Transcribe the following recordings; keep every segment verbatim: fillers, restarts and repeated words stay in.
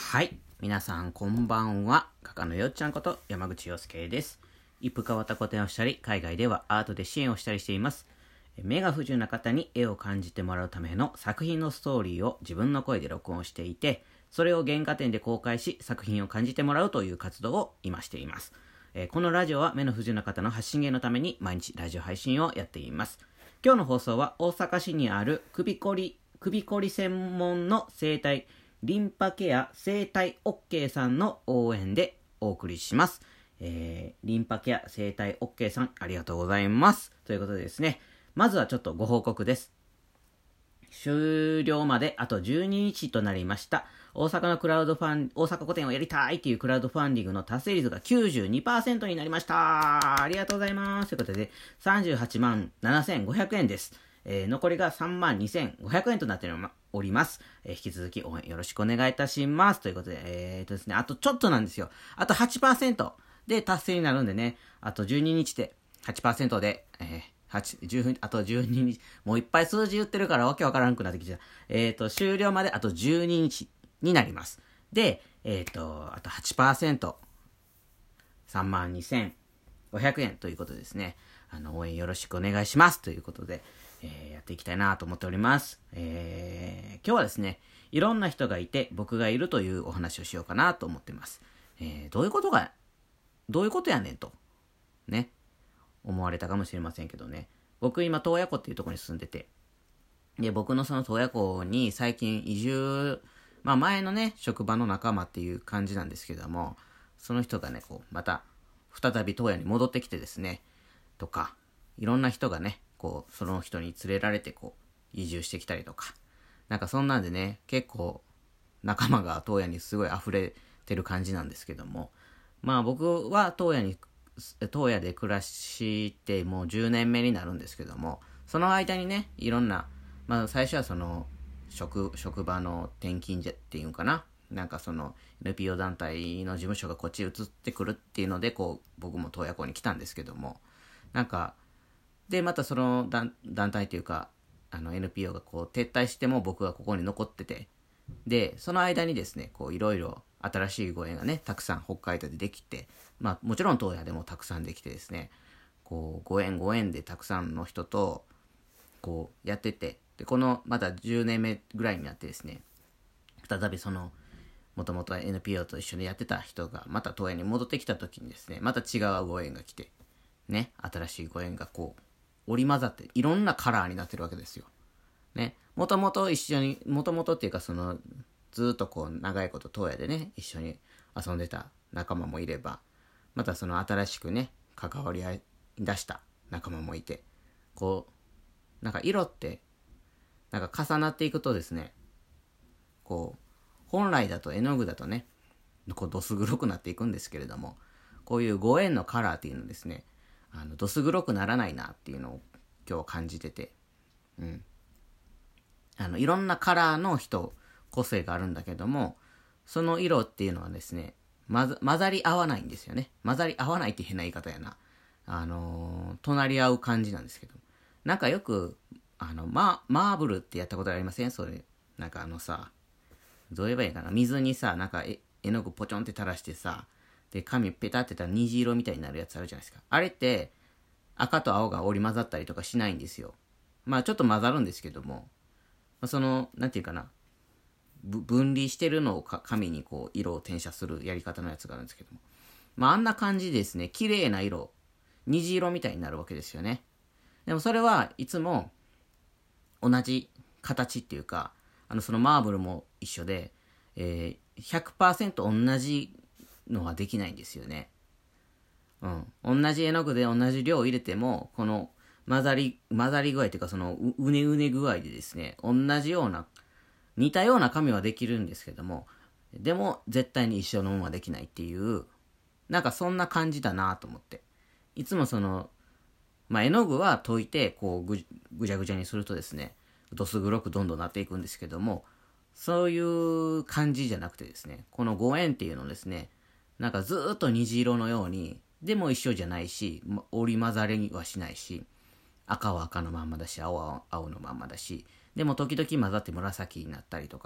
はい。皆さんこんばんは。かかのよっちゃんこと山口洋介です。一風変わった個展をしたり、海外ではアートで支援をしたりしています。目が不自由な方に絵を感じてもらうための作品のストーリーを自分の声で録音していて、それを原画展で公開し、作品を感じてもらうという活動を今しています。このラジオは目の不自由な方の発信源のために毎日ラジオ配信をやっています。今日の放送は大阪市にある首こり、首こり専門の整体、リンパケア整体 OK さんの応援でお送りします。えー、リンパケア整体 OK さんありがとうございます。ということでですね、まずはちょっとご報告です。終了まであとじゅうににちとなりました。大阪のクラウドファン、大阪個展をやりたいというクラウドファンディングの達成率が きゅうじゅうにパーセント になりました。ありがとうございます。ということで、さんじゅうはちまんななせんごひゃくえんです。えー、残りがさんまんにせんごひゃくえんとなっております。えー、引き続き応援よろしくお願いいたします。ということで、えーとですね、あとちょっとなんですよ。あと はちパーセント で達成になるんでね、あとじゅうににちで はちパーセント で、えーはち、じゅう、あとじゅうににち、もういっぱい数字言ってるからわけわからんくなってきちゃう。えっと、終了まであとじゅうににちになります。で、えっと、あと はちパーセント、さんまんにせんごひゃくえんということですね。あの、応援よろしくお願いします。ということで、えー、やっていきたいなと思っております。えー、今日はですね、いろんな人がいて僕がいるというお話をしようかなと思ってます。えー、どういうことが、どういうことやねんと、ね、思われたかもしれませんけどね。僕今、洞爺湖っていうところに住んでて、で、僕のその洞爺湖に最近移住、まあ前のね、職場の仲間っていう感じなんですけども、その人がね、こう、また、再び洞爺に戻ってきてですね、とか、いろんな人がね、こう、その人に連れられてこう、移住してきたりとか、なんかそんなんでね、結構、仲間が洞爺にすごい溢れてる感じなんですけども、まあ僕は洞爺に、洞爺で暮らしてもうじゅうねんめになるんですけども、その間にね、いろんな、まあ最初はその、職、職場の転勤じゃっていうんかな、なんかその エヌピーオー 団体の事務所がこっち移ってくるっていうので、こう、僕も洞爺湖に来たんですけども、なんか、で、またその団、団体というか、あの エヌピーオー がこう撤退しても僕がここに残ってて、で、その間にですね、こういろいろ新しいご縁がね、たくさん北海道でできて、まあもちろん洞爺でもたくさんできてですね、こうご縁ご縁でたくさんの人とこうやってて、で、このまたじゅうねんめぐらいになってですね、再びその、もともと エヌピーオー と一緒にやってた人がまた洞爺に戻ってきた時にですね、また違うご縁が来て、ね、新しいご縁がこう、織り交ざっていろんなカラーになってるわけですよ。ね、もともと一緒に、もともとっていうかその、ずっとこう長いこと洞爺でね、一緒に遊んでた仲間もいれば、またその新しくね、関わり合い出した仲間もいて、こう、なんか色って、なんか重なっていくとですね、こう、本来だと絵の具だとね、こうどす黒くなっていくんですけれども、こういうご縁のカラーっていうのですね、あのどす黒くならないなっていうのを今日感じてて、うん、あのいろんなカラーの人個性があるんだけども、その色っていうのはですね、混ざ、混ざり合わないんですよね。混ざり合わないって変な言い方やな。あのー、隣り合う感じなんですけど、なんかよくあのママーブルってやったことありません？それなんかあのさ、どう言えばいいかな、水にさ、なんか絵絵の具ポチョンって垂らしてさ、で紙ペタってたら虹色みたいになるやつあるじゃないですか。あれって赤と青が織り交ざったりとかしないんですよ。まあちょっと混ざるんですけども、まあ、そのなんていうかな、分離してるのを紙にこう色を転写するやり方のやつがあるんですけども、まああんな感じですね、綺麗な色、虹色みたいになるわけですよね。でもそれはいつも同じ形っていうか、あのそのマーブルも一緒で、えー、ひゃくパーセント 同じのはできないんですよね。うん。同じ絵の具で同じ量を入れても、この混ざり、混ざり具合というか、そのう、うねうね具合でですね、同じような、似たような紙はできるんですけども、でも絶対に一緒のものはできないっていう、なんかそんな感じだなと思って。いつもその、まあ、絵の具は溶いて、こうぐ、ぐじゃぐじゃにするとですね、どす黒くどんどんなっていくんですけども、そういう感じじゃなくてですね、このご縁っていうのをですね、なんかずーっと虹色のように、でも一緒じゃないし、織り交ざりはしないし、赤は赤のまんまだし、青は青のまんまだし、でも時々混ざって紫になったりとか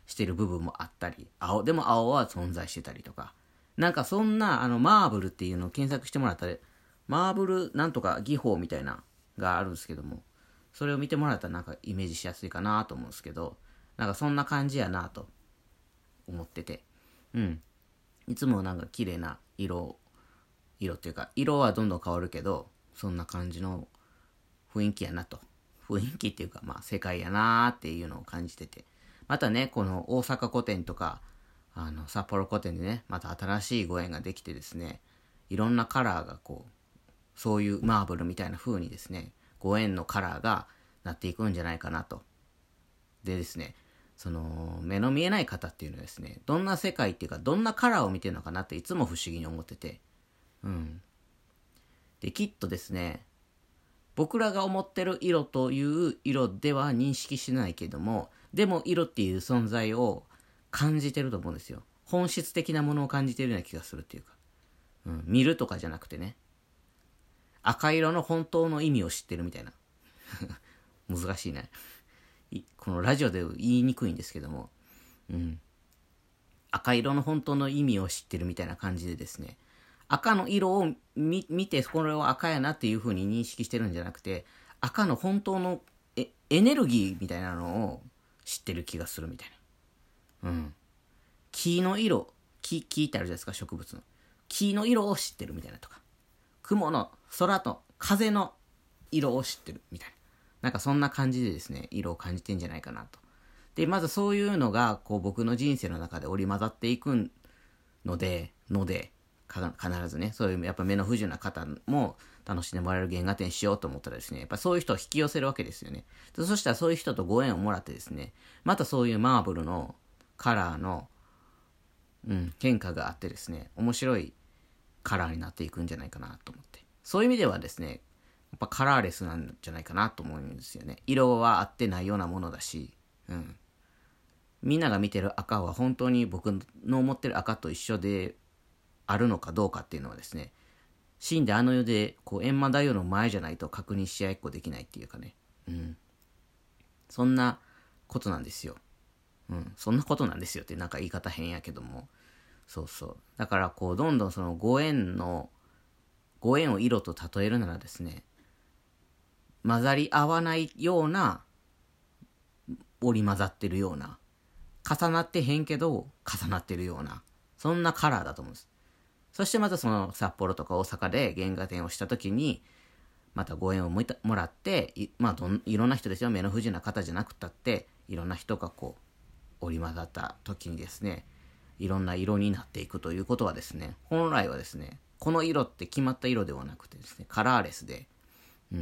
してる部分もあったり、青でも青は存在してたりとか、なんかそんなあのマーブルっていうのを検索してもらったら、マーブルなんとか技法みたいながあるんですけども、それを見てもらったらなんかイメージしやすいかなと思うんですけど、なんかそんな感じやなと思ってて、うん。いつもなんか綺麗な色、色っていうか、色はどんどん変わるけど、そんな感じの雰囲気やなと。雰囲気っていうか、まあ世界やなーっていうのを感じてて。またね、この大阪古典とか、あの、札幌古典でね、また新しいご縁ができてですね、いろんなカラーがこう、そういうマーブルみたいな風にですね、ご縁のカラーがなっていくんじゃないかなと。でですね、その目の見えない方っていうのはですね、どんな世界っていうかどんなカラーを見てるのかなっていつも不思議に思ってて、うん。で、きっとですね、僕らが思ってる色という色では認識しないけども、でも色っていう存在を感じてると思うんですよ。本質的なものを感じてるような気がするっていうか、うん、見るとかじゃなくてね、赤色の本当の意味を知ってるみたいな。難しいね。このラジオで言いにくいんですけども、うん、赤色の本当の意味を知ってるみたいな感じでですね、赤の色を 見, 見てこれは赤やなっていう風に認識してるんじゃなくて、赤の本当のエエネルギーみたいなのを知ってる気がするみたいな。うん。木の色、木、木ってあるじゃないですか、植物の。木の色を知ってるみたいなとか、雲の空と風の色を知ってるみたいな。なんかそんな感じでですね、色を感じてんじゃないかなと。で、まずそういうのが、こう僕の人生の中で織り交ざっていくので、ので、必ずね、そういうやっぱ目の不自由な方も楽しんでもらえる原画展しようと思ったらですね、やっぱそういう人を引き寄せるわけですよね。でそしたらそういう人とご縁をもらってですね、またそういうマーブルのカラーの、うん、変化があってですね、面白いカラーになっていくんじゃないかなと思って。そういう意味ではですね、やっぱカラーレスなんじゃないかなと思うんですよね。色は合ってないようなものだし、うん。みんなが見てる赤は本当に僕の思ってる赤と一緒であるのかどうかっていうのはですね、死んであの世でこう閻魔大王の前じゃないと確認し合いっこできないっていうかね、うん、そんなことなんですよ、うん、そんなことなんですよってなんか言い方変やけども、そうそう、だからこうどんどんそのご縁のご縁を色と例えるならですね、混ざり合わないような、織り混ざってるような、重なってへんけど重なってるような、そんなカラーだと思うんです。そしてまたその札幌とか大阪で原画展をした時にまたご縁をもらって、い,、まあ、どんいろんな人ですよ、目の不自由な方じゃなくたっていろんな人がこう織り交ざった時にですね、いろんな色になっていくということはですね、本来はですね、この色って決まった色ではなくてですね、カラーレスで、うん、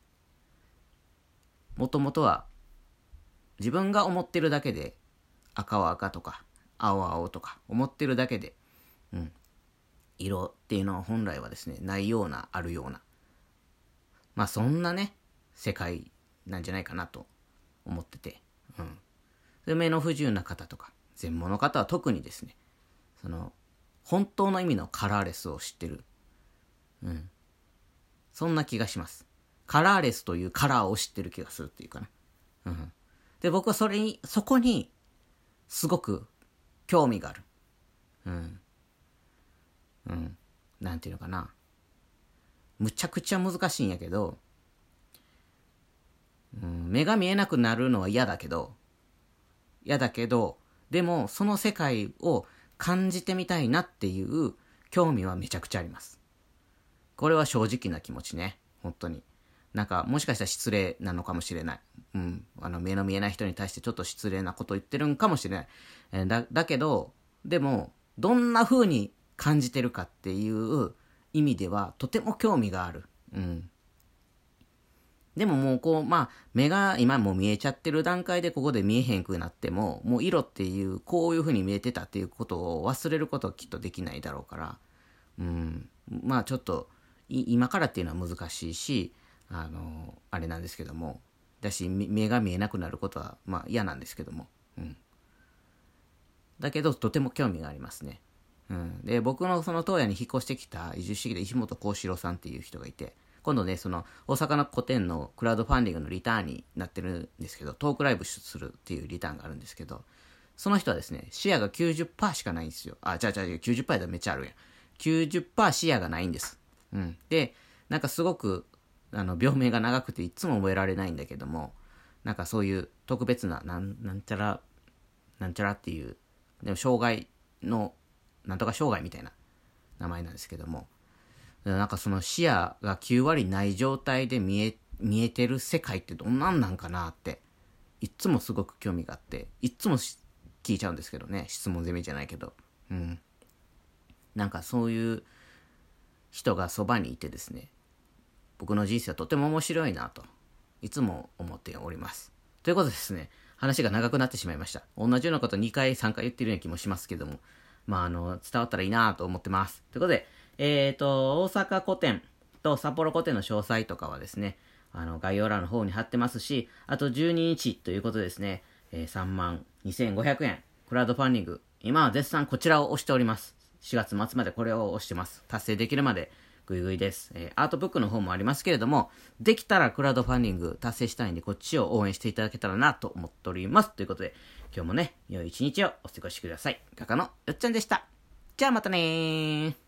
もともとは自分が思ってるだけで、赤は赤とか青は青とか思ってるだけで、うん、色っていうのは本来はですね、ないようなあるような、まあそんなね世界なんじゃないかなと思ってて、うん、で目の不自由な方とか全盲の方は特にですね、その本当の意味のカラーレスを知ってる、うん、そんな気がします。カラーレスというカラーを知ってる気がするっていうかな、うん、で僕はそれにそこにすごく興味がある、うんうん、なんていうのかな、むちゃくちゃ難しいんやけど、うん、目が見えなくなるのは嫌だけど嫌だけどでもその世界を感じてみたいなっていう興味はめちゃくちゃあります。これは正直な気持ちね、本当に。なんかもしかしたら失礼なのかもしれない、うん、あの目の見えない人に対してちょっと失礼なこと言ってるんかもしれない、えー、だ, だけどでもどんな風に感じてるかっていう意味ではとても興味がある、うん、でももうこうまあ目が今もう見えちゃってる段階でここで見えへんくなってももう色っていうこういう風に見えてたっていうことを忘れることはきっとできないだろうから、うん、まあちょっと今からっていうのは難しいし、あのあれなんですけども、だし目が見えなくなることはまあ嫌なんですけども、うん、だけどとても興味がありますね、うん、で僕のその当夜に引っ越してきた移住してきた石本幸四郎さんっていう人がいて、今度ねその大阪の古典のクラウドファンディングのリターンになってるんですけど、トークライブするっていうリターンがあるんですけど、 その人はですね、視野が きゅうじゅっパーセント しかないんですよ。あ、違う違う違う、きゅうじゅっパーセント やったらめっちゃあるやん。きゅうじゅっパーセント 視野がないんです。うん。で、なんかすごく、あの、病名が長くていつも覚えられないんだけども、なんかそういう特別な、なん、なんちゃら、なんちゃらっていう、でも障害の、なんとか障害みたいな名前なんですけども、なんかその視野がきゅう割ない状態で見え、見えてる世界ってどんなんなんかなって、いっつもすごく興味があって、いっつも聞いちゃうんですけどね、質問攻めじゃないけど。うん。なんかそういう人がそばにいてですね、僕の人生はとても面白いなと、いつも思っております。ということでですね、話が長くなってしまいました。同じようなことにかい、さんかい言ってるような気もしますけども、まあ、あの、伝わったらいいなと思ってます。ということで、えっと、大阪古典と札幌古典の詳細とかはですね、あの、概要欄の方に貼ってますし、あとじゅうににちということですね、えー、さんまんにせんごひゃくえん、クラウドファンディング、今は絶賛こちらを押しております。しがつ末までこれを押してます。達成できるまで、ぐいぐいです、えー。アートブックの方もありますけれども、できたらクラウドファンディング達成したいんで、こっちを応援していただけたらなと思っております。ということで、今日もね、良い一日をお過ごしください。画家のよっちゃんでした。じゃあまたねー。